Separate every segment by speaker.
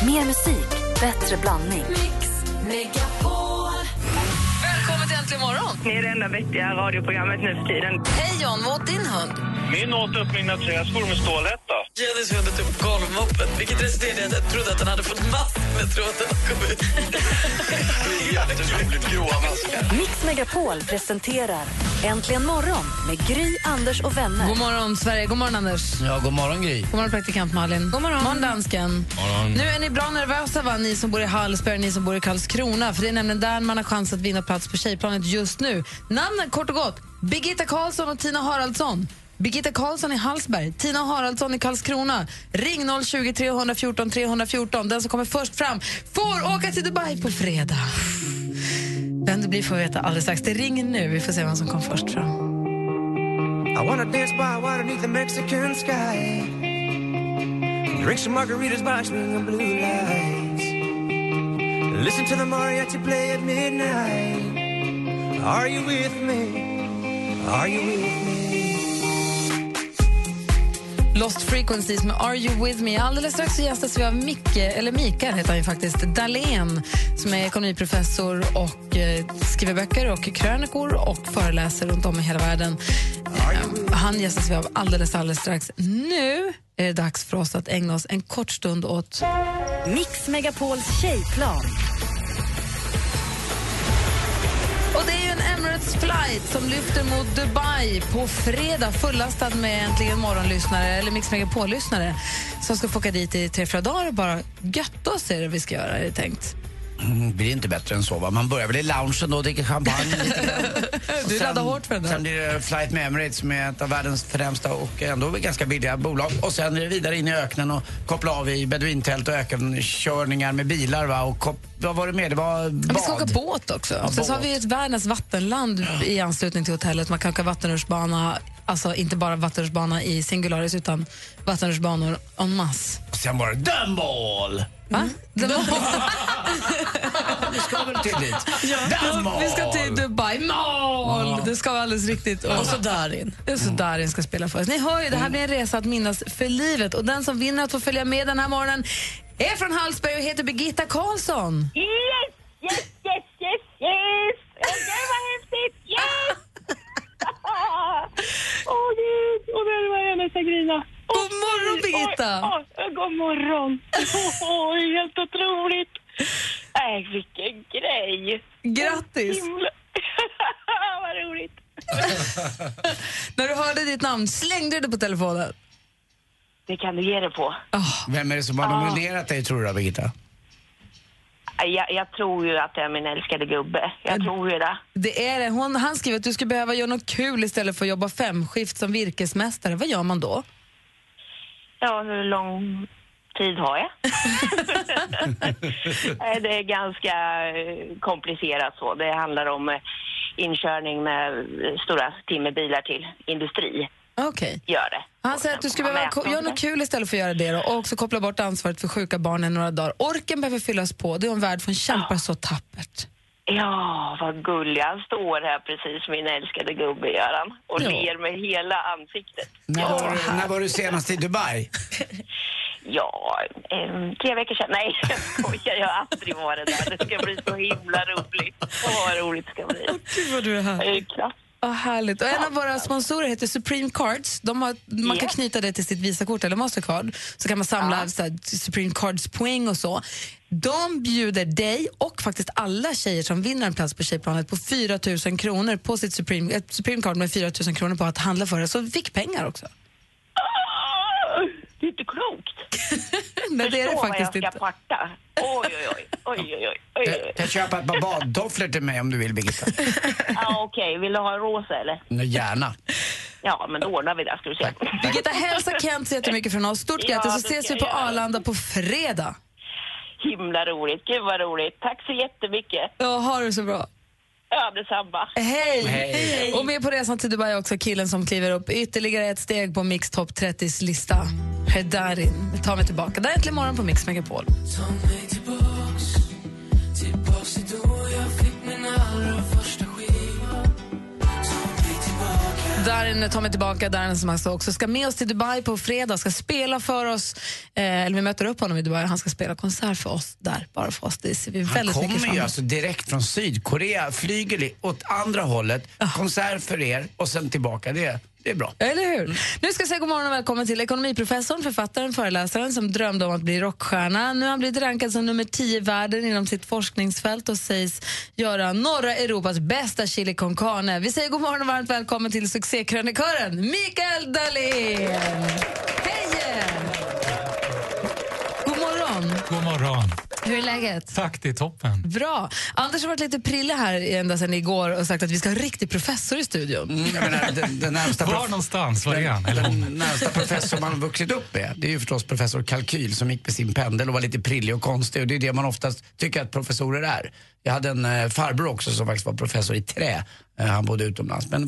Speaker 1: Mer musik, bättre blandning.
Speaker 2: Mix Megapol. Välkommen till Äntligen morgon.
Speaker 3: Ni är det enda vettiga radioprogrammet nu för tiden.
Speaker 2: Hej John, vad åt din hund?
Speaker 4: Min åt upp mina träskor med stålhätta.
Speaker 2: Jennys hund åt upp golvmoppen, vilket resulterade i att jag trodde att den hade fått mask med tråden och kom ut.
Speaker 4: Det är jätteroligt, gråa maskar.
Speaker 1: Mix Megapol presenterar Äntligen morgon med Gry, Anders och vänner.
Speaker 2: God morgon Sverige, god morgon Anders.
Speaker 5: Ja, god morgon Gry.
Speaker 2: God morgon praktikant Malin. God morgon. Morgon dansken.
Speaker 5: Morgon.
Speaker 2: Nu är ni bra nervösa va, ni som bor i Hallsberg, ni som bor i Karlskrona. För det är nämligen där man har chans att vinna plats på Tjejplanet just nu. Namnen kort och gott, Birgitta Karlsson och Tina Haraldsson. Birgitta Karlsson i Hallsberg, Tina Haraldsson i Karlskrona. Ring 020 314 314. Den som kommer först fram får åka till Dubai på fredag. Vem det blir får vi veta alldeles strax. Det ringer nu, vi får se vem som kom först fram.
Speaker 6: I wanna dance by water beneath the Mexican sky. Drink some margaritas by swinging blue lights. Listen to the mariachi play at midnight. Are you with me? Are you with me?
Speaker 2: Lost Frequencies med Are You With Me. Alldeles strax så gästas vi av Mikael heter han ju faktiskt, Dahlén, som är ekonomiprofessor och skriver böcker och krönikor och föreläser runt om i hela världen. Han gästas vi av alldeles strax. Nu är det dags för oss att ägna oss en kort stund åt
Speaker 1: Mix Megapols tjejplan.
Speaker 2: Och det är ju en Emirates flight som lyfter mot Dubai på fredag, fullastad med Äntligen morgonlyssnare eller Mix Megapol-lyssnare som ska få åka dit i 3-4 dagar och bara götta oss är det vi ska göra, är det tänkt.
Speaker 5: Blir inte bättre än så va? Man börjar väl i loungen då och dricker champagne
Speaker 2: Du laddar hårt för den där.
Speaker 5: Sen blir det Flight med Emirates som är ett av världens främsta och ändå ganska billiga bolag. Och sen är det vidare in i öknen och koppla av i beduintält och ökenkörningar med bilar va? Och vad var det med? Det var bad.
Speaker 2: Vi ska åka båt också. Ja, sen så har vi ett världens vattenland i anslutning till hotellet. Man kan åka vattenrutschbana, alltså inte bara vattenrutschbana i singularis utan vattenrutschbanor en masse.
Speaker 5: Och sen var det dömbål!
Speaker 2: Va?
Speaker 5: Vi ska väl till dit?
Speaker 2: Vi ska till Dubai Mall. Det ska vara alldeles riktigt. Och så Darin. Så Darin ska spela för oss. Ni hör ju, det här blir en resa att minnas för livet. Och den som vinner att få följa med den här morgonen är från Hallsberg och heter Birgitta Karlsson.
Speaker 3: Yes! Åh, gud vad häftigt! Yes! Åh gud, och det var jag nästan grina.
Speaker 2: God morgon Birgitta!
Speaker 3: God morgon! Helt otroligt! Nej, vilken grej!
Speaker 2: Grattis!
Speaker 3: Vad roligt!
Speaker 2: När du hörde ditt namn, slängde du det på telefonen?
Speaker 3: Det kan du ge det på.
Speaker 5: Vem är det som har nominerat dig tror du då, Birgitta?
Speaker 3: Jag tror ju att det är min älskade gubbe. Jag tror ju det.
Speaker 2: Det är det. Han skriver att du ska behöva göra något kul istället för att jobba 5-skift som virkesmästare. Vad gör man då?
Speaker 3: Ja, hur lång tid har jag? Det är ganska komplicerat så. Det handlar om inkörning med stora timmerbilar till industri.
Speaker 2: Okej.
Speaker 3: Gör det.
Speaker 2: Han säger att du ska behöva göra något kul istället för att göra det då, och också koppla bort ansvaret för sjuka barn i några dagar. Orken behöver fyllas på. Det är en värld som kämpar så tappert.
Speaker 3: Ja, vad gullig. Han står här precis, min älskade gubbe Göran, och ler med hela ansiktet.
Speaker 5: När var du senast i Dubai?
Speaker 3: Ja, 3 veckor sedan. Nej, jag skojar. Jag har aldrig varit där. Det ska bli så himla roligt. Vad roligt det ska bli.
Speaker 2: Gud vad du är här.
Speaker 3: Klart.
Speaker 2: Härligt. Och en av våra sponsorer heter Supreme Cards. Man kan knyta det till sitt Visakort eller Mastercard. Så kan man samla så här, Supreme Cards poäng och så. De bjuder dig och faktiskt alla tjejer som vinner en plats på Tjejplanet på 4 000 kronor på sitt Supreme Card med 4 000 kronor på att handla för det. Så fick pengar också.
Speaker 3: Det är inte klokt.
Speaker 2: Nej, det är det faktiskt
Speaker 3: inte. Jag ska parta. Oj.
Speaker 5: Jag köper ett par badtofflor till mig om du vill, Birgitta.
Speaker 3: Okej. Vill du ha rosa eller?
Speaker 5: Gärna.
Speaker 3: Ja, men då ordnar vi det, ska du se.
Speaker 2: Birgitta, hälsa Kent så jättemycket från oss. Stort grattis, så ses vi på Arlanda på fredag.
Speaker 3: Himla roligt. Gud vad roligt. Tack så jättemycket.
Speaker 2: Ja, ha det så bra.
Speaker 3: Ja, detsamma.
Speaker 2: Hej! Och med på resan till Dubai också killen som kliver upp ytterligare ett steg på Mix Top 30s lista. Här Darin. Ta mig tillbaka. Där är äntligen morgon på Mix Megapol.
Speaker 7: Ta mig tillbaks till då jag fick min allra första skiva. Ta mig tillbaka.
Speaker 2: Darin tar mig tillbaka, Darin som också ska med oss till Dubai på fredag, ska spela för oss, eller vi möter upp honom i Dubai, han ska spela konsert för oss där, bara för oss. Det ser vi väldigt mycket fram emot.
Speaker 5: Han kommer ju alltså direkt från Sydkorea, flyger åt andra hållet, konsert för er och sen tillbaka, det är bra.
Speaker 2: Eller hur? Nu ska jag säga god morgon och välkommen till ekonomiprofessorn, författaren, föreläsaren som drömde om att bli rockstjärna. Nu har han blivit rankad som nummer 10 i världen inom sitt forskningsfält och sägs göra norra Europas bästa chili con carne. Vi säger god morgon och varmt välkommen till succékrönikören Mikael Dahlén. Hej! God morgon.
Speaker 8: God morgon.
Speaker 2: Hur är läget?
Speaker 8: Tack, det är toppen.
Speaker 2: Bra. Anders har varit lite prille här ända sedan igår och sagt att vi ska ha en riktig professor i studion.
Speaker 5: Jag menar, den närmsta
Speaker 8: var någonstans var det han?
Speaker 5: Den närmsta professor man har vuxit upp med, det är ju förstås professor Kalkyl som gick med sin pendel och var lite prillig och konstig, och det är det man oftast tycker att professorer är. Jag hade en farbror också som faktiskt var professor i trä. Han bodde utomlands. Men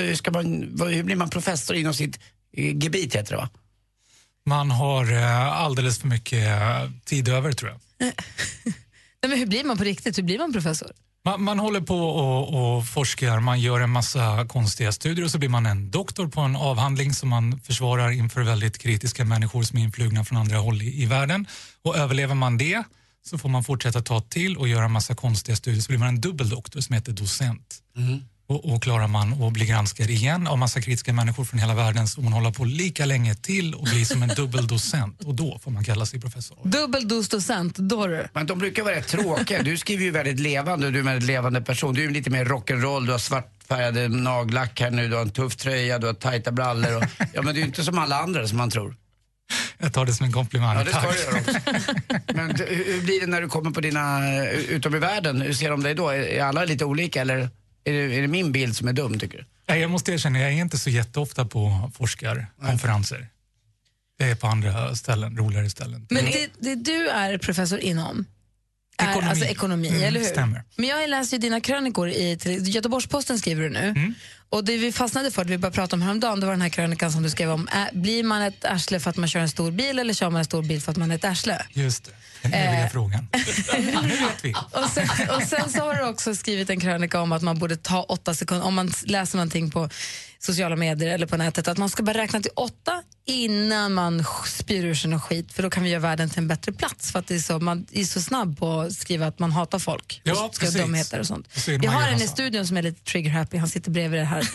Speaker 5: hur blir man professor inom sitt gebit, heter det, va?
Speaker 8: Man har alldeles för mycket tid över, tror jag.
Speaker 2: Nej, men hur blir man på riktigt? Hur blir man professor?
Speaker 8: Man håller på och forskar, man gör en massa konstiga studier och så blir man en doktor på en avhandling som man försvarar inför väldigt kritiska människor som är influgna från andra håll i världen. Och överlever man det så får man fortsätta ta till och göra en massa konstiga studier, så blir man en dubbeldoktor som heter docent. Och klarar man att bli granskad igen av massa kritiska människor från hela världen, så man håller på lika länge till och blir som en dubbeldocent, och då får man kalla sig professor.
Speaker 2: Dubbeldocent, då du.
Speaker 5: Men de brukar vara rätt tråkiga. Du skriver ju väldigt levande, du är en väldigt levande person. Du är ju lite mer rock'n'roll, du har svartfärgade nagellack här nu, du har en tuff tröja, du har tajta brallor. Och, ja, men du är inte som alla andra som man tror.
Speaker 8: Jag tar det som en komplimang.
Speaker 5: Ja, det ska du göra också. Men hur blir det när du kommer på dina utom i världen? Hur ser de dig då? Är alla lite olika, eller är det min bild som är dum, tycker du?
Speaker 8: Nej, jag måste erkänna, jag är inte så jätteofta på forskarkonferenser. Det är på andra ställen, roligare ställen.
Speaker 2: Men det du är professor inom är alltså ekonomi, eller hur? Stämmer. Men jag har läst ju dina krönikor i Göteborgs-Posten, skriver du nu. Och det vi fastnade för, det vi bara pratade om häromdagen, det var den här krönikan som du skrev om. Blir man ett arsle för att man kör en stor bil, eller kör man en stor bil för att man är ett arsle?
Speaker 8: Just det. Den eviga frågan. Nu vet vi.
Speaker 2: Och sen så har du också skrivit en krönika om att man borde ta 8 sekunder, om man läser någonting på sociala medier eller på nätet, att man ska bara räkna till 8 innan man spyr ur sig någon skit, för då kan vi göra världen till en bättre plats, för att det är så, man är så snabb på att skriva att man hatar folk.
Speaker 8: Ja,
Speaker 2: och ska
Speaker 8: precis.
Speaker 2: Dumheter och sånt. Jag har en i studion som är lite trigger-happy, han sitter bredvid det här.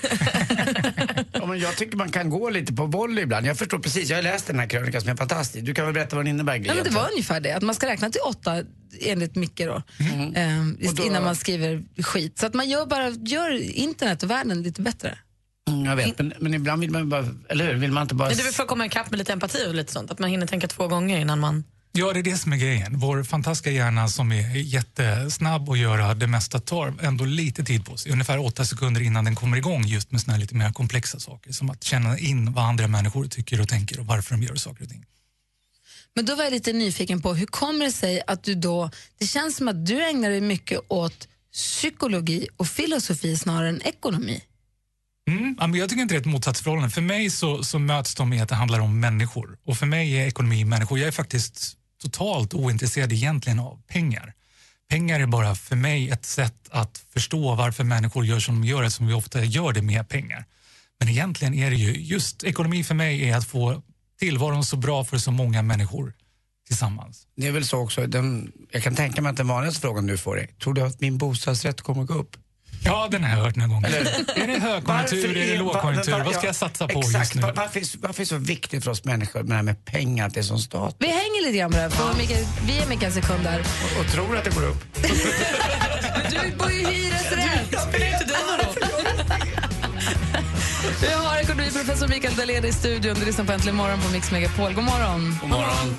Speaker 5: Ja, men jag tycker man kan gå lite på volley ibland. Jag förstår precis, jag har läst den här krönikan som är fantastisk. Du kan väl berätta vad den innebär, Gry?
Speaker 2: Ja, men det var ungefär det, att man ska räkna till 8 enligt Micke då, innan man skriver skit. Så att man gör internet och världen lite bättre.
Speaker 5: Jag vet, men ibland vill man bara, eller hur? Vill man inte bara...
Speaker 9: Men det är väl för att komma ikapp med lite empati och lite sånt, att man hinner tänka 2 gånger innan man...
Speaker 8: Ja, det är det som är grejen. Vår fantastiska hjärna som är jättesnabb att göra det mesta tar ändå lite tid på sig. Ungefär 8 sekunder innan den kommer igång just med såna här lite mer komplexa saker. Som att känna in vad andra människor tycker och tänker och varför de gör saker och ting.
Speaker 2: Men då var jag lite nyfiken på, hur kommer det sig att du då... Det känns som att du ägnar dig mycket åt psykologi och filosofi snarare än ekonomi.
Speaker 8: Men jag tycker inte det är ett motsatsförhållande. För mig så möts de med att det handlar om människor. Och för mig är ekonomi människor. Jag är faktiskt totalt ointresserad egentligen av pengar. Pengar är bara för mig ett sätt att förstå varför människor gör som de gör, som vi ofta gör det med pengar. Men egentligen är det ju just ekonomi för mig är att få tillvaron så bra för så många människor tillsammans.
Speaker 5: Det är väl så också, jag kan tänka mig att den vanligaste frågan du får är, tror du att min bostadsrätt kommer gå upp?
Speaker 8: Ja, den har jag hört några gånger. Är det högkonjunktur, är det lågkonjunktur? Vad ska jag satsa på just nu?
Speaker 5: Varför är det så viktigt för oss människor med det här med pengar, att det är som stat?
Speaker 2: Vi hänger lite grann på det här, vi är mycket sekunder.
Speaker 5: Och tror att det går upp.
Speaker 2: Men du bor ju hyresrätt.
Speaker 9: Det spelar inte dig någon roll.
Speaker 2: Vi har ekonomiprofessor Mikael Dahlén i studion. Du lyssnar på Äntligen morgon på Mix Megapol. God morgon.
Speaker 5: God morgon.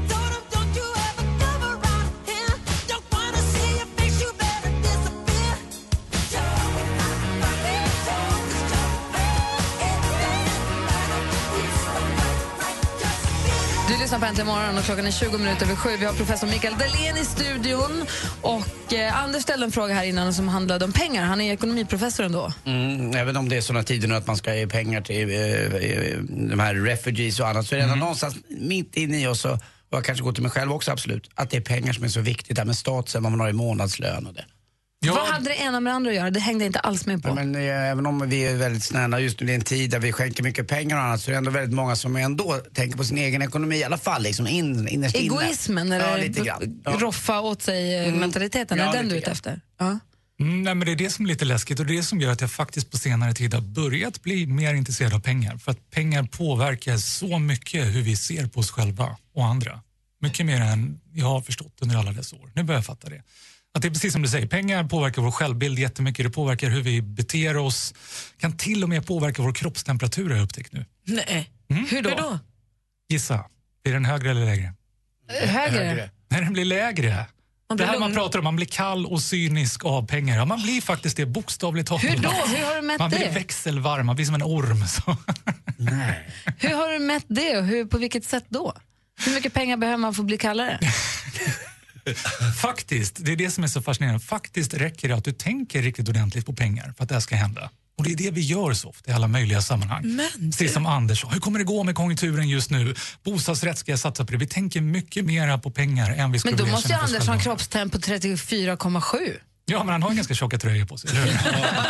Speaker 2: Du lyssnar på Äntligen morgon och klockan är 7:20. Vi har professor Mikael Dahlén i studion. Och Anders ställde en fråga här innan som handlade om pengar. Han är ekonomiprofessor ändå.
Speaker 5: Även om det är såna tider nu att man ska ge pengar till de här refugees och annat, så är det ändå någonstans mitt inne i oss, och jag kanske går till mig själv också, absolut, att det är pengar som är så viktigt där med stat, sen vad man har i månadslön och det. Ja.
Speaker 2: Vad hade det ena med det andra att göra? Det hängde inte alls med på.
Speaker 5: Ja, men även om vi är väldigt snälla just nu, det är en tid där vi skänker mycket pengar och annat, så är det ändå väldigt många som ändå tänker på sin egen ekonomi i alla fall. Liksom innerst inne.
Speaker 2: Egoismen eller roffa åt sig mentaliteten, är den du är ute efter? Ja.
Speaker 8: Nej, men det är det som är lite läskigt och det är det som gör att jag faktiskt på senare tid har börjat bli mer intresserad av pengar. För att pengar påverkar så mycket hur vi ser på oss själva och andra. Mycket mer än jag har förstått under alla dessa år. Nu börjar jag fatta det. Att det är precis som du säger, pengar påverkar vår självbild jättemycket. Det påverkar hur vi beter oss. Kan till och med påverka vår kroppstemperatur, har jag upptäckt nu.
Speaker 9: Nej, hur då?
Speaker 8: Gissa, blir den högre eller lägre?
Speaker 2: Högre.
Speaker 8: När den blir lägre. Det här man pratar om, man blir kall och cynisk av pengar. Ja, man blir faktiskt det bokstavligt talat.
Speaker 2: Hur då? Hur har du mätt
Speaker 8: man
Speaker 2: det?
Speaker 8: blir växelvarm, man blir som en orm. Så.
Speaker 5: Nej.
Speaker 2: Hur har du mätt det och på vilket sätt då? Hur mycket pengar behöver man för att bli kallare?
Speaker 8: Faktiskt, det är det som är så fascinerande. Faktiskt räcker det att du tänker riktigt ordentligt på pengar för att det här ska hända. Och det är det vi gör så ofta i alla möjliga sammanhang. Precis som Anders sa, hur kommer det gå med konjunkturen just nu? Bostadsrätt ska jag satsa på det. Vi tänker mycket mer på pengar än vi skulle.
Speaker 2: Men då måste ju Anders ha en kroppstemp på 34,7.
Speaker 8: Ja, men han har en ganska tjocka tröjor på sig, eller hur?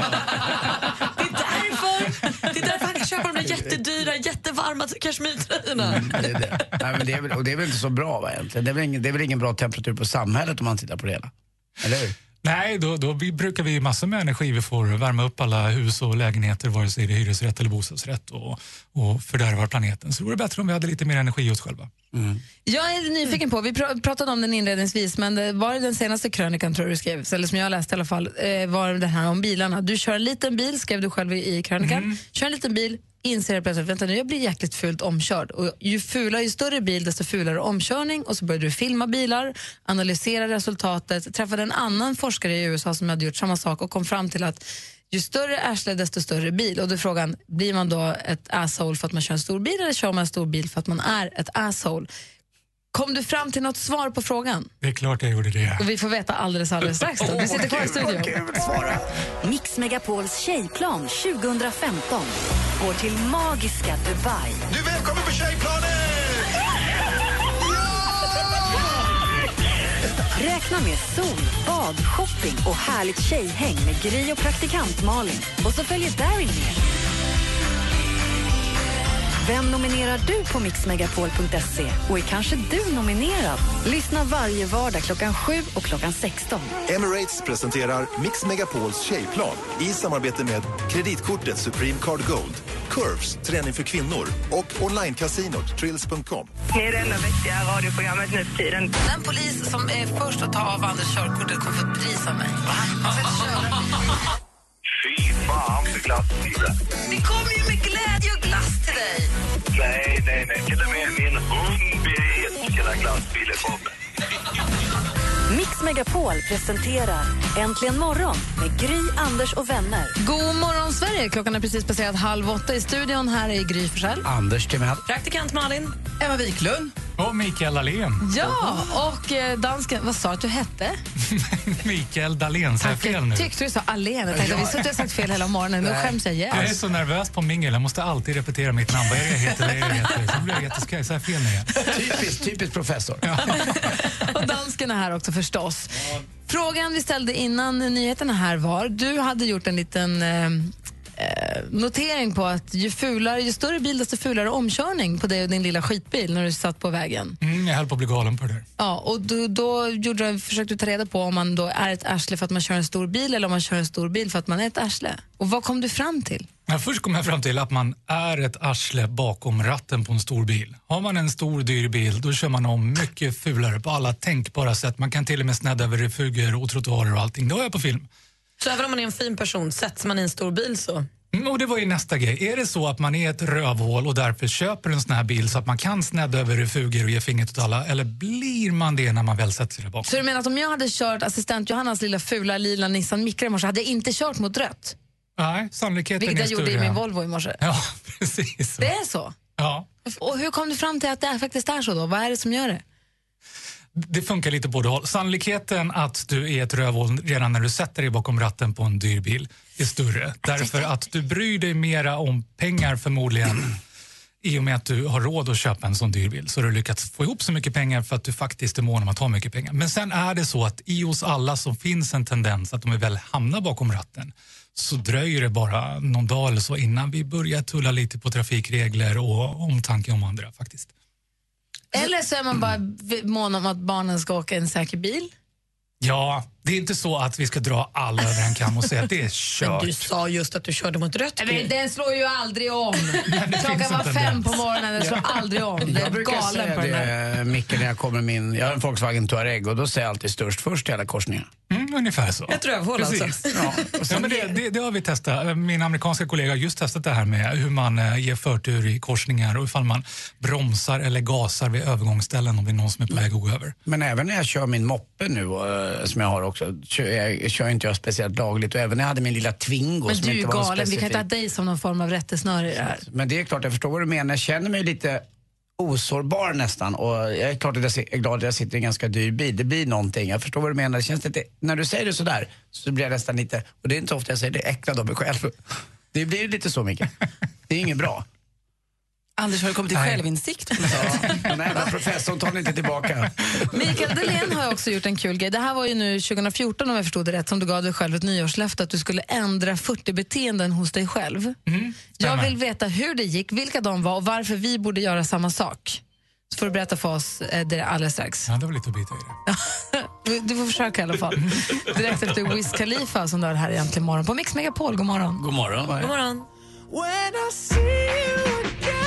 Speaker 9: Det är därför han kan köpa de där jättedyra, jättevarma kashmirtröjorna.
Speaker 5: Det är väl inte så bra, va, egentligen. Det är väl ingen bra temperatur på samhället om man tittar på det hela. Eller hur?
Speaker 8: Nej, då brukar vi massor med energi. Vi får värma upp alla hus och lägenheter, vare sig det är hyresrätt eller bostadsrätt, och fördärvar planeten. Så det vore bättre om vi hade lite mer energi hos själva.
Speaker 5: Mm.
Speaker 2: Jag är nyfiken på, vi pratade om den inledningsvis, men det var den senaste krönikan, tror du skrev, eller som jag läste i alla fall, var det här om bilarna. Du kör en liten bil, skrev du själv i krönikan. Kör en liten bil, inser plötsligt, vänta nu, jag blir jäkligt fult omkörd. Och ju större bil, desto fulare omkörning. Och så började du filma bilar, analysera resultatet. Träffade en annan forskare i USA som hade gjort samma sak och kom fram till att ju större arsle, desto större bil. Och då är frågan, blir man då ett asshole för att man kör en stor bil, eller kör man en stor bil för att man är ett asshole? Kom du fram till något svar på frågan?
Speaker 8: Det är klart jag gjorde det.
Speaker 2: Och vi får veta alldeles strax då. Du sitter kvar i studion.
Speaker 1: Mix Megapols tjejplan 2015 går till magiska Dubai.
Speaker 4: Du är välkommen på tjejplanen!
Speaker 1: Räkna med sol, bad, shopping och härligt tjejhäng med Gry och praktikant Malin. Och så följer Darin med. Vem nominerar du på mixmegapol.se? Och är kanske du nominerad? Lyssna varje vardag klockan 7 och klockan 16.
Speaker 10: Emirates presenterar Mix Megapols tjejplan i samarbete med kreditkortet Supreme Card Gold, Curves, träning för kvinnor och online-casinot Trills.com.
Speaker 3: Det är det enda vettiga radioprogrammet nu för tiden.
Speaker 2: Den polis som är först att ta av Anders körkortet kommer få ett pris av mig.
Speaker 4: Fy fan för glassbilen.
Speaker 2: Det kommer ju med glädje och glass till dig.
Speaker 4: Nej. Till och med min hund blir hela glassbilen på mig.
Speaker 1: Mix Megapol presenterar Äntligen morgon med Gry, Anders och vänner.
Speaker 2: God morgon Sverige, klockan är precis passerat 7:30 i studion. Här är Gry Forssell.
Speaker 5: Anders Timell.
Speaker 9: Praktikant Malin.
Speaker 2: Emma Wiklund.
Speaker 8: Och Mikael Dahlén.
Speaker 2: Ja, och dansken, vad sa du att du hette?
Speaker 8: Mikael Dahlén, så jag fel nu?
Speaker 2: Jag tyckte du sa Alén. Jag tänkte att vi suttit och sagt fel hela morgonen. Nu skäms jag igen.
Speaker 8: Jag är så nervös på mingel. Jag måste alltid repetera mitt namn. Vad är det jag heter? Så blir jag jätteskaj. Så här fel nu igen.
Speaker 5: Typiskt professor. Ja.
Speaker 2: Och dansken är här också förstås. Frågan vi ställde innan nyheterna här var, du hade gjort en liten notering på att ju större bil desto fulare omkörning på dig och din lilla skitbil när du satt på vägen.
Speaker 8: Jag höll på att bli galen på det där.
Speaker 2: Ja, och då försökte du ta reda på om man då är ett arsle för att man kör en stor bil eller om man kör en stor bil för att man är ett arsle. Och vad kom du fram till?
Speaker 8: Ja, först kom jag fram till att man är ett arsle bakom ratten på en stor bil. Har man en stor dyr bil, då kör man om mycket fulare på alla tänkbara sätt. Man kan till och med snedda över refuger och trottoarer och allting. Det har jag på film.
Speaker 9: Så även om man är en fin person, sätts man i en stor bil så?
Speaker 8: Och det var ju nästa grej. Är det så att man är ett rövhål och därför köper en sån här bil så att man kan snedda över refuger och ge fingret åt alla? Eller blir man det när man väl sätter sig där bakom?
Speaker 2: Så du menar att om jag hade kört assistent Johannas lilla fula lila Nissan Micra i morse hade jag inte kört mot rött?
Speaker 8: Nej, sannolikheten är större.
Speaker 2: Vilket jag gjorde i min Volvo i morse.
Speaker 8: Ja, precis.
Speaker 2: Det är så?
Speaker 8: Ja.
Speaker 2: Och hur kom du fram till att det faktiskt är så då? Vad är det som gör det?
Speaker 8: Det funkar lite på det håll. Sannolikheten att du är ett rövhål redan när du sätter dig bakom ratten på en dyr bil är större. Därför att du bryr dig mera om pengar förmodligen i och med att du har råd att köpa en sån dyr bil så har du lyckats få ihop så mycket pengar för att du faktiskt är mån om att ha mycket pengar. Men sen är det så att i oss alla så finns en tendens att om vi väl hamnar bakom ratten så dröjer det bara någon dag eller så innan vi börjar tulla lite på trafikregler och omtanke om andra faktiskt.
Speaker 2: Eller så är man bara mån om att barnen ska åka en säker bil.
Speaker 8: Ja, det är inte så att vi ska dra alla över en kam och säga att det är kört.
Speaker 9: Men du sa just att du körde mot rött.
Speaker 2: Men den slår ju aldrig om. Klockan var 5 på morgonen, den slår aldrig om. Det
Speaker 5: Jag
Speaker 2: är
Speaker 5: brukar
Speaker 2: galen på den
Speaker 5: säga
Speaker 2: här.
Speaker 5: det, Micke, när jag kommer jag har en Volkswagen Touareg och då säger jag alltid störst först i alla korsningar.
Speaker 8: Ungefär så.
Speaker 9: Ett rövhål alltså.
Speaker 5: Ja,
Speaker 8: Ja, men det har vi testat. Min amerikanska kollega har just testat det här med hur man ger förtur i korsningar och ifall man bromsar eller gasar vid övergångsställen om det är någon som är på väg att gå över.
Speaker 5: Men även när jag kör min moppe nu, som jag har också, kör inte jag speciellt lagligt. Och även när jag hade min lilla Twingo
Speaker 2: Men
Speaker 5: som
Speaker 2: du är
Speaker 5: inte var
Speaker 2: galen, vi kan inte ha dig som någon form av rättesnöre i det här.
Speaker 5: Men det är klart, jag förstår vad du menar. Jag känner mig lite osårbar nästan. Och jag är klart att jag är glad att jag sitter i en ganska dyr bil. Det blir någonting. Jag förstår vad du menar. Det känns lite, när du säger det sådär så blir jag nästan lite, och det är inte ofta jag säger det, äcklad av mig själv. Det blir ju lite så mycket. Det är inget bra.
Speaker 9: Anders, har du kommit till självinsikt?
Speaker 5: Men även professorn tar inte tillbaka.
Speaker 2: Mikael Dahlén har också gjort en kul grej. Det här var ju nu 2014 om jag förstod det rätt, som du gav dig själv ett nyårslöfte att du skulle ändra 40 beteenden hos dig själv. Jag vill veta hur det gick, vilka de var och varför vi borde göra samma sak. Så får du berätta för oss det alldeles strax.
Speaker 8: Ja, det var lite att bita i det.
Speaker 2: Du får försöka i alla fall. Direkt efter Wiz Khalifa som du har här egentligen morgon på Mix Megapol. God morgon.
Speaker 5: God morgon.
Speaker 9: God morgon.
Speaker 6: When I see you again.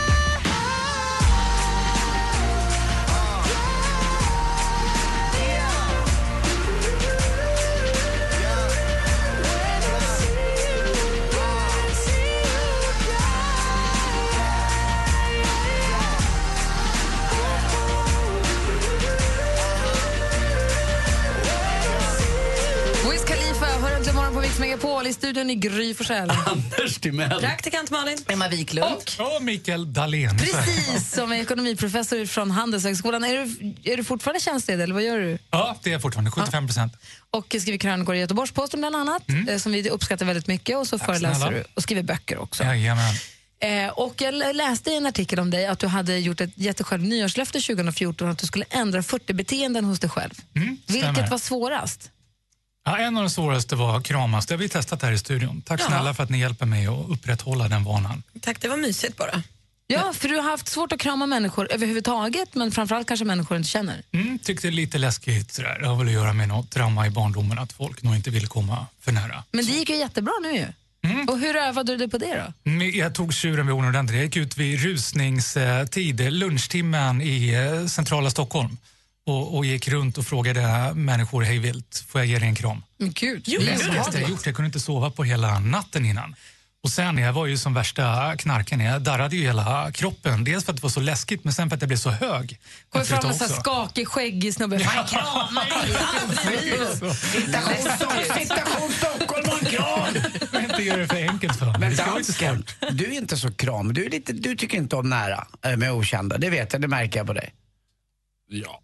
Speaker 2: Wiz Khalifa, hör äntligen morgon på Mix Megapol. I studion i Gry Forssell.
Speaker 5: Anders Timell.
Speaker 9: Praktikant Malin.
Speaker 2: Emma Wiklund.
Speaker 8: Och Mikael Dahlén.
Speaker 2: Precis, som är ekonomiprofessor från Handelshögskolan. Är du fortfarande tjänstledig eller vad gör du?
Speaker 8: Ja, det är fortfarande 75%.
Speaker 2: Och skriver krönikor i Göteborgs-Posten bland annat, som vi uppskattar väldigt mycket. Och så föreläser
Speaker 8: snälla.
Speaker 2: du och skriver böcker också.
Speaker 8: Jajamän.
Speaker 2: Och jag läste i en artikel om dig att du hade gjort ett jättesjälv nyårslöfte 2014 att du skulle ändra 40 beteenden hos dig själv. Vilket var svårast?
Speaker 8: Ja, en av de svåraste var kramas. Det har vi testat här i studion. Tack snälla för att ni hjälper mig att upprätthålla den vanan.
Speaker 9: Tack, det var mysigt bara.
Speaker 2: Ja, för du har haft svårt att krama människor överhuvudtaget, men framförallt kanske människor du inte känner.
Speaker 8: Tyckte det är lite läskigt sådär. Det har väl att göra med något trauma i barndomen att folk nog inte vill komma för nära.
Speaker 2: Men det gick ju jättebra nu ju. Och hur övade du dig på det då?
Speaker 8: Jag tog tjuren vid orden ordentligt. Jag gick ut vid rusningstid, lunchtimmen i centrala Stockholm. Och gick runt och frågade människor hej vilt, får jag ge dig en kram?
Speaker 2: Men gud,
Speaker 8: Jag kunde inte sova på hela natten innan. Och sen, jag var ju som värsta knarken. Jag darrade ju hela kroppen. Dels för att det var så läskigt, men sen för att jag blev så hög.
Speaker 2: Går fram med så skakig, skäggig snubbe. Fan, krama dig!
Speaker 5: Citation Stockholm och en kram!
Speaker 8: Jag inte göra det för enkelt för mig.
Speaker 5: Men
Speaker 8: Det ska vara lite
Speaker 5: dansken,
Speaker 8: svårt.
Speaker 5: du är inte så kram. Du tycker inte om nära med okända. Det vet jag, det märker jag på dig.
Speaker 11: Ja,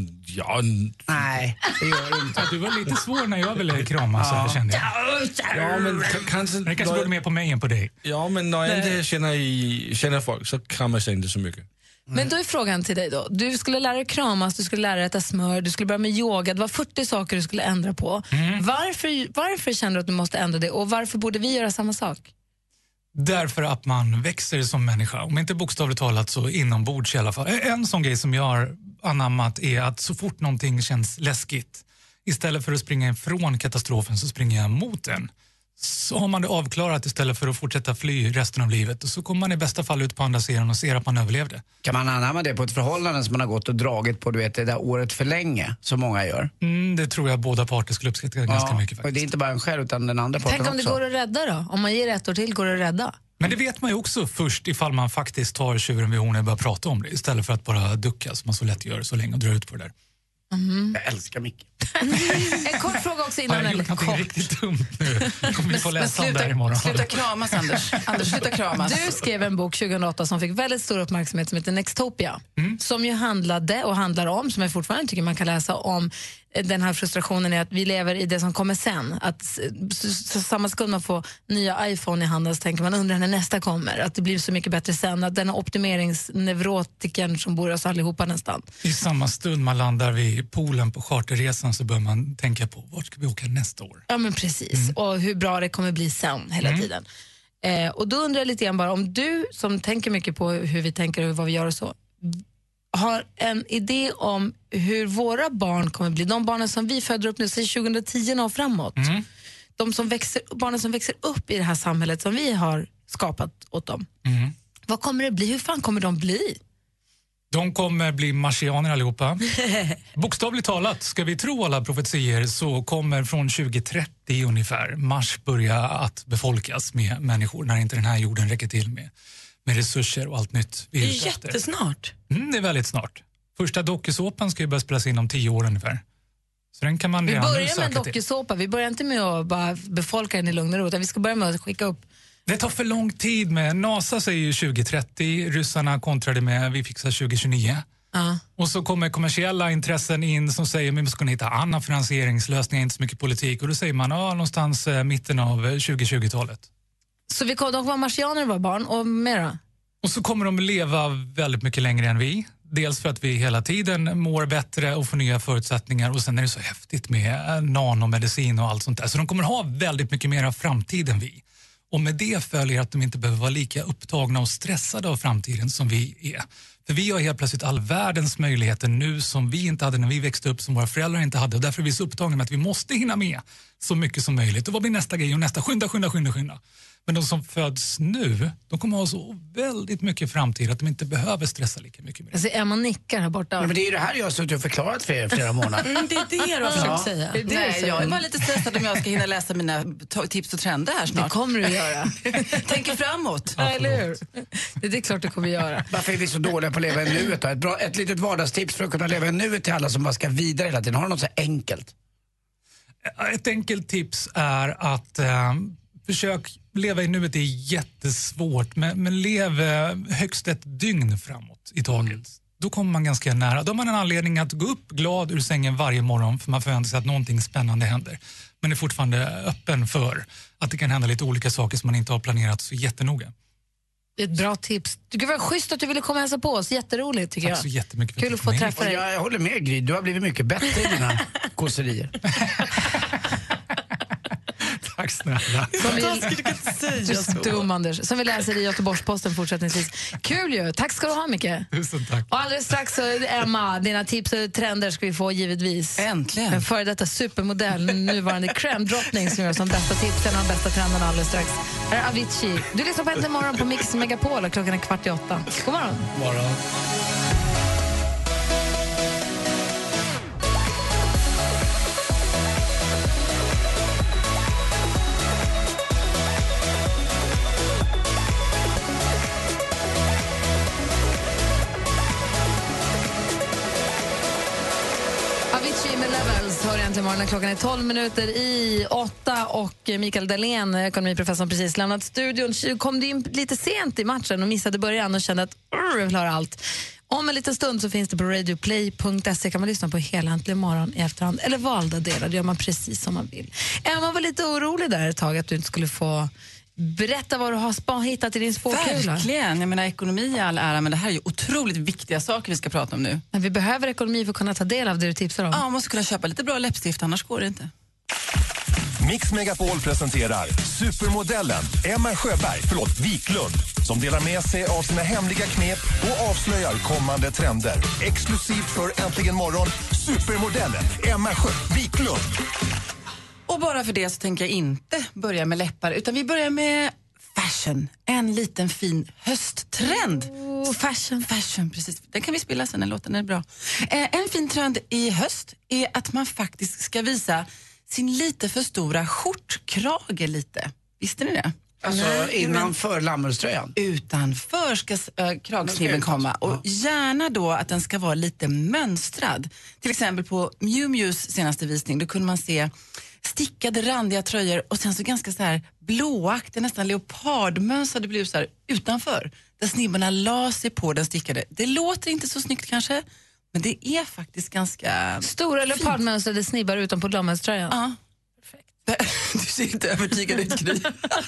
Speaker 5: Nej, det gör du inte.
Speaker 8: Du var lite svår när jag ville krama så här, kände jag.
Speaker 11: ja, men kanske...
Speaker 8: Det kanske går mer på mig än på dig.
Speaker 11: Ja, men när jag inte känner folk så kramas jag inte så mycket.
Speaker 2: Men då är frågan till dig då. Du skulle lära dig kramas, du skulle lära dig äta smör, du skulle börja med yoga. Det var 40 saker du skulle ändra på. Varför känner du att du måste ändra det och varför borde vi göra samma sak?
Speaker 8: Därför att man växer som människa. Om inte bokstavligt talat så inombords i alla fall. En sån grej som jag har anammat är att så fort någonting känns läskigt, istället för att springa ifrån katastrofen så springer jag mot den. Så har man det avklarat istället för att fortsätta fly resten av livet. Och så kommer man i bästa fall ut på andra sidan och ser att man överlevde.
Speaker 5: Kan man anamma det på ett förhållande som man har gått och dragit på, du vet, det där året för länge, som många gör?
Speaker 8: Det tror jag båda parter skulle uppskatta ganska mycket faktiskt.
Speaker 5: Och det är inte bara en själv utan den andra parten
Speaker 2: Tänk om
Speaker 5: också.
Speaker 2: det går att rädda då? Om man ger 1 år till, går det att rädda?
Speaker 8: Men det vet man ju också först ifall man faktiskt tar tjuren vid hornen och börjar prata om det istället för att bara ducka som man så lätt gör så länge och drar ut på det där.
Speaker 5: Jag älskar Micke.
Speaker 2: En kort fråga också innan.
Speaker 8: Jag har gjort någonting riktigt dumt nu. Kommer vi få läsa om det här imorgon.
Speaker 9: Sluta kramas, Anders. Anders, sluta kramas.
Speaker 2: Du skrev en bok 2008 som fick väldigt stor uppmärksamhet som heter Nextopia. Som ju handlade och handlar om, som jag fortfarande tycker man kan läsa om, den här frustrationen är att vi lever i det som kommer sen. Att så samma sekund man får nya iPhone i handen så tänker man undrar när nästa kommer. Att det blir så mycket bättre sen. Att den optimeringsneurotikern som bor oss allihopa nästan.
Speaker 8: I samma stund man landar vid poolen på charterresan så bör man tänka på vart ska vi åka nästa år.
Speaker 2: Ja men precis. Och hur bra det kommer bli sen hela tiden. Och då undrar jag lite grann bara om du som tänker mycket på hur vi tänker och vad vi gör och så har en idé om hur våra barn kommer bli, de barnen som vi föder upp nu, säg 2010 och framåt. Barnen som växer upp i det här samhället som vi har skapat åt dem. Vad kommer det bli? Hur fan kommer de bli?
Speaker 8: De kommer bli marsianer allihopa. Bokstavligt talat, ska vi tro alla profetier så kommer från 2030 ungefär Mars börja att befolkas med människor när inte den här jorden räcker till med resurser och allt nytt.
Speaker 9: Det är jättesnart.
Speaker 8: Det är väldigt snart. Första dokusåpan ska ju börja spelas in om 10 år ungefär. Så den kan man
Speaker 2: vi börjar med en dokusåpa. Vi börjar inte med att bara befolka den i lugn och ro, utan vi ska börja med att skicka upp.
Speaker 8: Det tar för lång tid med. NASA säger ju 2030, ryssarna kontrade med vi fixar 2029. Och så kommer kommersiella intressen in som säger att vi ska hitta annan finansieringslösning, inte så mycket politik. Och då säger man någonstans mitten av 2020-talet.
Speaker 2: Så de kommer vara marsianer och vara barn och mera?
Speaker 8: Och så kommer de leva väldigt mycket längre än vi. Dels för att vi hela tiden mår bättre och får nya förutsättningar. Och sen är det så häftigt med nanomedicin och allt sånt där. Så de kommer ha väldigt mycket mer av framtiden än vi. Och med det följer att de inte behöver vara lika upptagna och stressade av framtiden som vi är. För vi har helt plötsligt all världens möjligheter nu som vi inte hade när vi växte upp, som våra föräldrar inte hade. Och därför är vi så upptagna med att vi måste hinna med så mycket som möjligt. Och vad blir nästa grej? Och nästa, skynda. Men de som föds nu, de kommer ha så väldigt mycket framtid att de inte behöver stressa lika mycket med det.
Speaker 2: Alltså Emma nickar här borta.
Speaker 5: Ja, men det är ju det här jag har suttit och förklarat för er flera månader.
Speaker 9: Det är det du har försökt säga.
Speaker 12: Nej, jag är bara lite stressad om jag ska hinna läsa mina tips och trender här snart.
Speaker 2: Det kommer du göra.
Speaker 12: Tänker framåt.
Speaker 2: Ja, eller hur? Det är klart du kommer göra.
Speaker 5: Varför är vi så dåliga på att leva i nuet då? Ett litet vardagstips för att kunna leva i nuet till alla som bara ska vidare hela tiden. Har du något så enkelt?
Speaker 8: Ett enkelt tips är att försök leva i nuet. Det är jättesvårt, men lev högst ett dygn framåt i taget. Då kommer man ganska nära. Då har man en anledning att gå upp glad ur sängen varje morgon för man förväntar sig att någonting spännande händer. Men är fortfarande öppen för att det kan hända lite olika saker som man inte har planerat så jättenoga.
Speaker 2: Det är ett bra tips. Det var schysst att du ville komma och hälsa på oss. Jätteroligt tycker jag.
Speaker 8: Tack så jättemycket för
Speaker 2: kul att få träffa dig.
Speaker 5: Jag håller med Gry, du har blivit mycket bättre i dina kåserier.
Speaker 8: Tack snälla.
Speaker 2: Dum Anders. Som vi läser i Göteborgs-Posten fortsättningsvis. Kul ju. Tack ska du ha mycket.
Speaker 8: Tusen tack.
Speaker 2: Och alldeles strax så Emma, dina tips och trender ska vi få givetvis.
Speaker 12: Äntligen.
Speaker 2: En före detta supermodell, nuvarande crème-drottning som gör som bästa tipsen och bästa trenden alldeles strax. Här är Avicii. Du lyssnar på Äntligen morgon på Mix Megapol och klockan är 7:15. God morgon.
Speaker 8: Morgon.
Speaker 2: Avicii med Levels hör egentligen morgonen. Klockan är 12 minuter i 8 och Mikael Dahlén, ekonomiprofessorn, precis lämnat studion. Kom du in lite sent i matchen och missade början och kände att jag vill höra allt. Om en liten stund så finns det på radioplay.se kan man lyssna på hela Äntligen morgon i efterhand. Eller valda delar, det gör man precis som man vill. Emma var lite orolig där ett tag att du inte skulle få berätta vad du har hittat i din spåkula.
Speaker 12: Verkligen, jag menar ekonomi i all ära, men det här är ju otroligt viktiga saker vi ska prata om nu.
Speaker 2: Men vi behöver ekonomi för att kunna ta del av det du tipsar om.
Speaker 12: Ja, man måste kunna köpa lite bra läppstift, annars går det inte.
Speaker 10: Mix Megapol presenterar supermodellen Emma Wiklund som delar med sig av sina hemliga knep och avslöjar kommande trender. Exklusivt för Äntligen morgon, supermodellen Emma Wiklund.
Speaker 12: Och bara för det så tänker jag inte börja med läppar, utan vi börjar med fashion. En liten fin hösttrend. Fashion, precis. Den kan vi spela sen, den låten är bra. En fin trend i höst är att man faktiskt ska visa sin lite för stora skjortkrage lite. Visste ni det?
Speaker 5: Alltså innanför lammullströjan?
Speaker 12: Utanför ska kragsnibben komma. Och gärna då att den ska vara lite mönstrad. Till exempel på Miu Mius senaste visning, då kunde man se stickade randiga tröjor och sen så ganska så här blåaktiga, nästan leopardmönstrade blusar utanför. Där snibbarna la sig på den stickade. Det låter inte så snyggt kanske, Men det är faktiskt ganska
Speaker 2: stora leopardmönstrade snibbar utanpå lammelströjan.
Speaker 12: Ja. Du ser inte övertygad ut, Gry.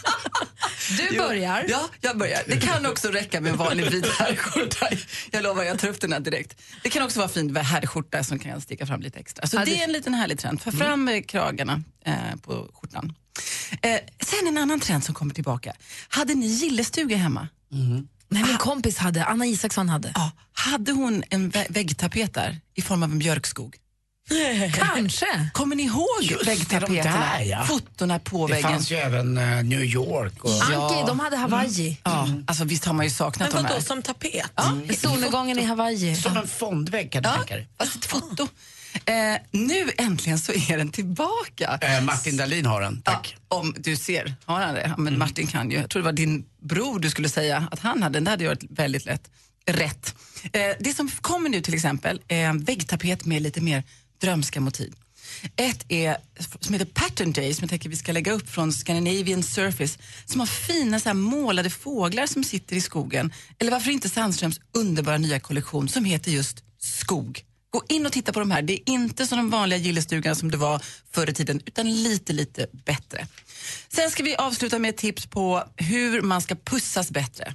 Speaker 2: Du börjar.
Speaker 12: Ja, jag börjar. Det kan också räcka med en vanlig vit herrskjorta. Jag lovar, jag tar upp den här direkt. Det kan också vara fint med herrskjorta som kan sticka fram lite extra. Så det är en liten härlig trend. För fram kragarna på skjortan. Sen en annan trend som kommer tillbaka. Hade ni gillestuga hemma?
Speaker 2: Nej, min kompis hade, Anna Isaksson hade.
Speaker 12: Ja, hade hon en väggtapet där i form av en björkskog?
Speaker 2: Kanske.
Speaker 12: Kommer ni ihåg väggtapeterna?
Speaker 5: Där, ja.
Speaker 12: Fotona på väggen.
Speaker 5: Det fanns ju även New York. Och...
Speaker 2: Anki, de hade Hawaii.
Speaker 12: Ja, alltså visst har man ju saknat
Speaker 9: Men
Speaker 12: de här.
Speaker 9: vadå, som tapet?
Speaker 12: Ja,
Speaker 2: I solnedgången i Hawaii.
Speaker 5: Som en fondvägg kan du tänka dig.
Speaker 12: Fast ett foto. Nu äntligen så är den tillbaka.
Speaker 5: Martin Dahlin har den, tack.
Speaker 12: Ja, om du ser, har han det? Ja, men Martin kan ju. Jag tror det var din bror du skulle säga att han hade den. Det hade varit väldigt rätt. Det som kommer nu till exempel är en väggtapet med lite mer drömska motiv. Ett är som heter Pattern Day, som jag tänker vi ska lägga upp från Scandinavian Surface, som har fina så här målade fåglar som sitter i skogen. Eller varför inte Sandströms underbara nya kollektion som heter just Skog. Gå in och titta på de här. Det är inte som de vanliga gillestugan som det var förr i tiden, utan lite bättre. Sen ska vi avsluta med ett tips på hur man ska pussas bättre.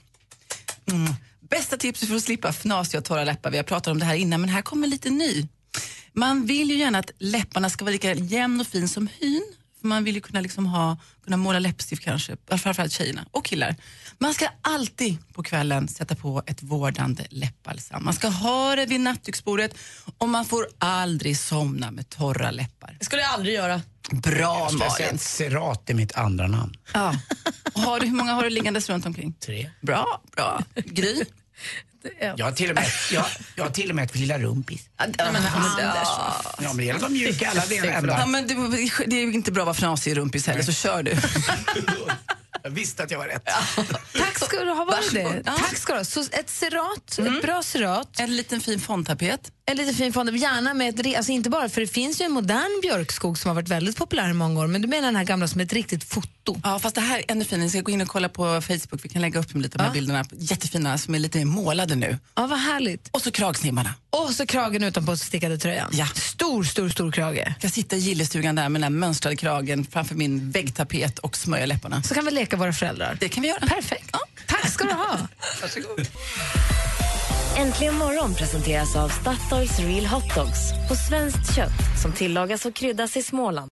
Speaker 12: Bästa tipset för att slippa fnasiga och torra läppar. Vi har pratat om det här innan, men här kommer lite ny. Man vill ju gärna att läpparna ska vara lika jämn och fin som hyn. För man vill ju kunna, kunna måla läppstift kanske, framförallt tjejerna och killar. Man ska alltid på kvällen sätta på ett vårdande läppbalsam. Man ska ha det vid nattduksbordet och man får aldrig somna med torra läppar.
Speaker 9: Det skulle jag aldrig göra.
Speaker 12: Bra, Malin.
Speaker 5: Serat är mitt andra namn.
Speaker 12: Ja. Och hur många har du liggandes runt omkring?
Speaker 5: 3.
Speaker 12: Bra. Gry?
Speaker 5: Jag har till och med ett lilla rumpis.
Speaker 12: Ja,
Speaker 5: men det gäller de mjuka alla delar.
Speaker 12: Ja, men det är ju inte bra att vara fnasig i rumpis heller, så kör du.
Speaker 5: Jag visste att jag var rätt.
Speaker 2: Tack ska du ha, varit det. Tack ska du ha. Så ett serat, ett bra serat.
Speaker 12: En liten fin fondtapet.
Speaker 2: En liten fin fond, gärna med ett, alltså inte bara, för det finns ju en modern björkskog som har varit väldigt populär i många år, men du menar den här gamla som ett riktigt foto.
Speaker 12: Ja, fast det här är ännu finare. Ni ska gå in och kolla på Facebook, vi kan lägga upp lite de här bilderna, jättefina, som är lite mer målade nu.
Speaker 2: Ja, vad härligt.
Speaker 12: Och så kragsnimmarna.
Speaker 2: Och så kragen utanpå stickade tröjan.
Speaker 12: Ja.
Speaker 2: Stor krage.
Speaker 12: Jag sitter i gillestugan där med den här mönstrade kragen framför min väggtapet och smörja läpparna.
Speaker 2: Så kan vi leka våra föräldrar.
Speaker 12: Det kan vi göra.
Speaker 2: Perfekt. Ja. Tack ska du ha.
Speaker 12: Varsågod.
Speaker 13: Äntligen morgon presenteras av Statoils Real Hot Dogs på svenskt kött som tillagas och kryddas i Småland.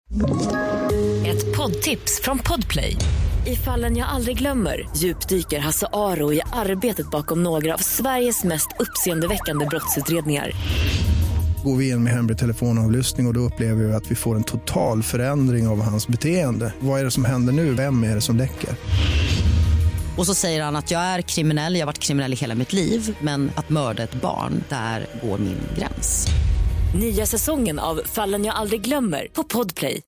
Speaker 13: Ett poddtips från Podplay. I Fallen jag aldrig glömmer djupdyker Hasse Aro i arbetet bakom några av Sveriges mest uppseendeväckande brottsutredningar.
Speaker 14: Går vi in med hemlig telefonavlyssning och då upplever vi att vi får en total förändring av hans beteende. Vad är det som händer nu? Vem är det som läcker?
Speaker 15: Och så säger han att jag är kriminell, jag har varit kriminell i hela mitt liv, men att mörda ett barn, där går min gräns.
Speaker 13: Nya säsongen av Fallen jag aldrig glömmer på Podplay.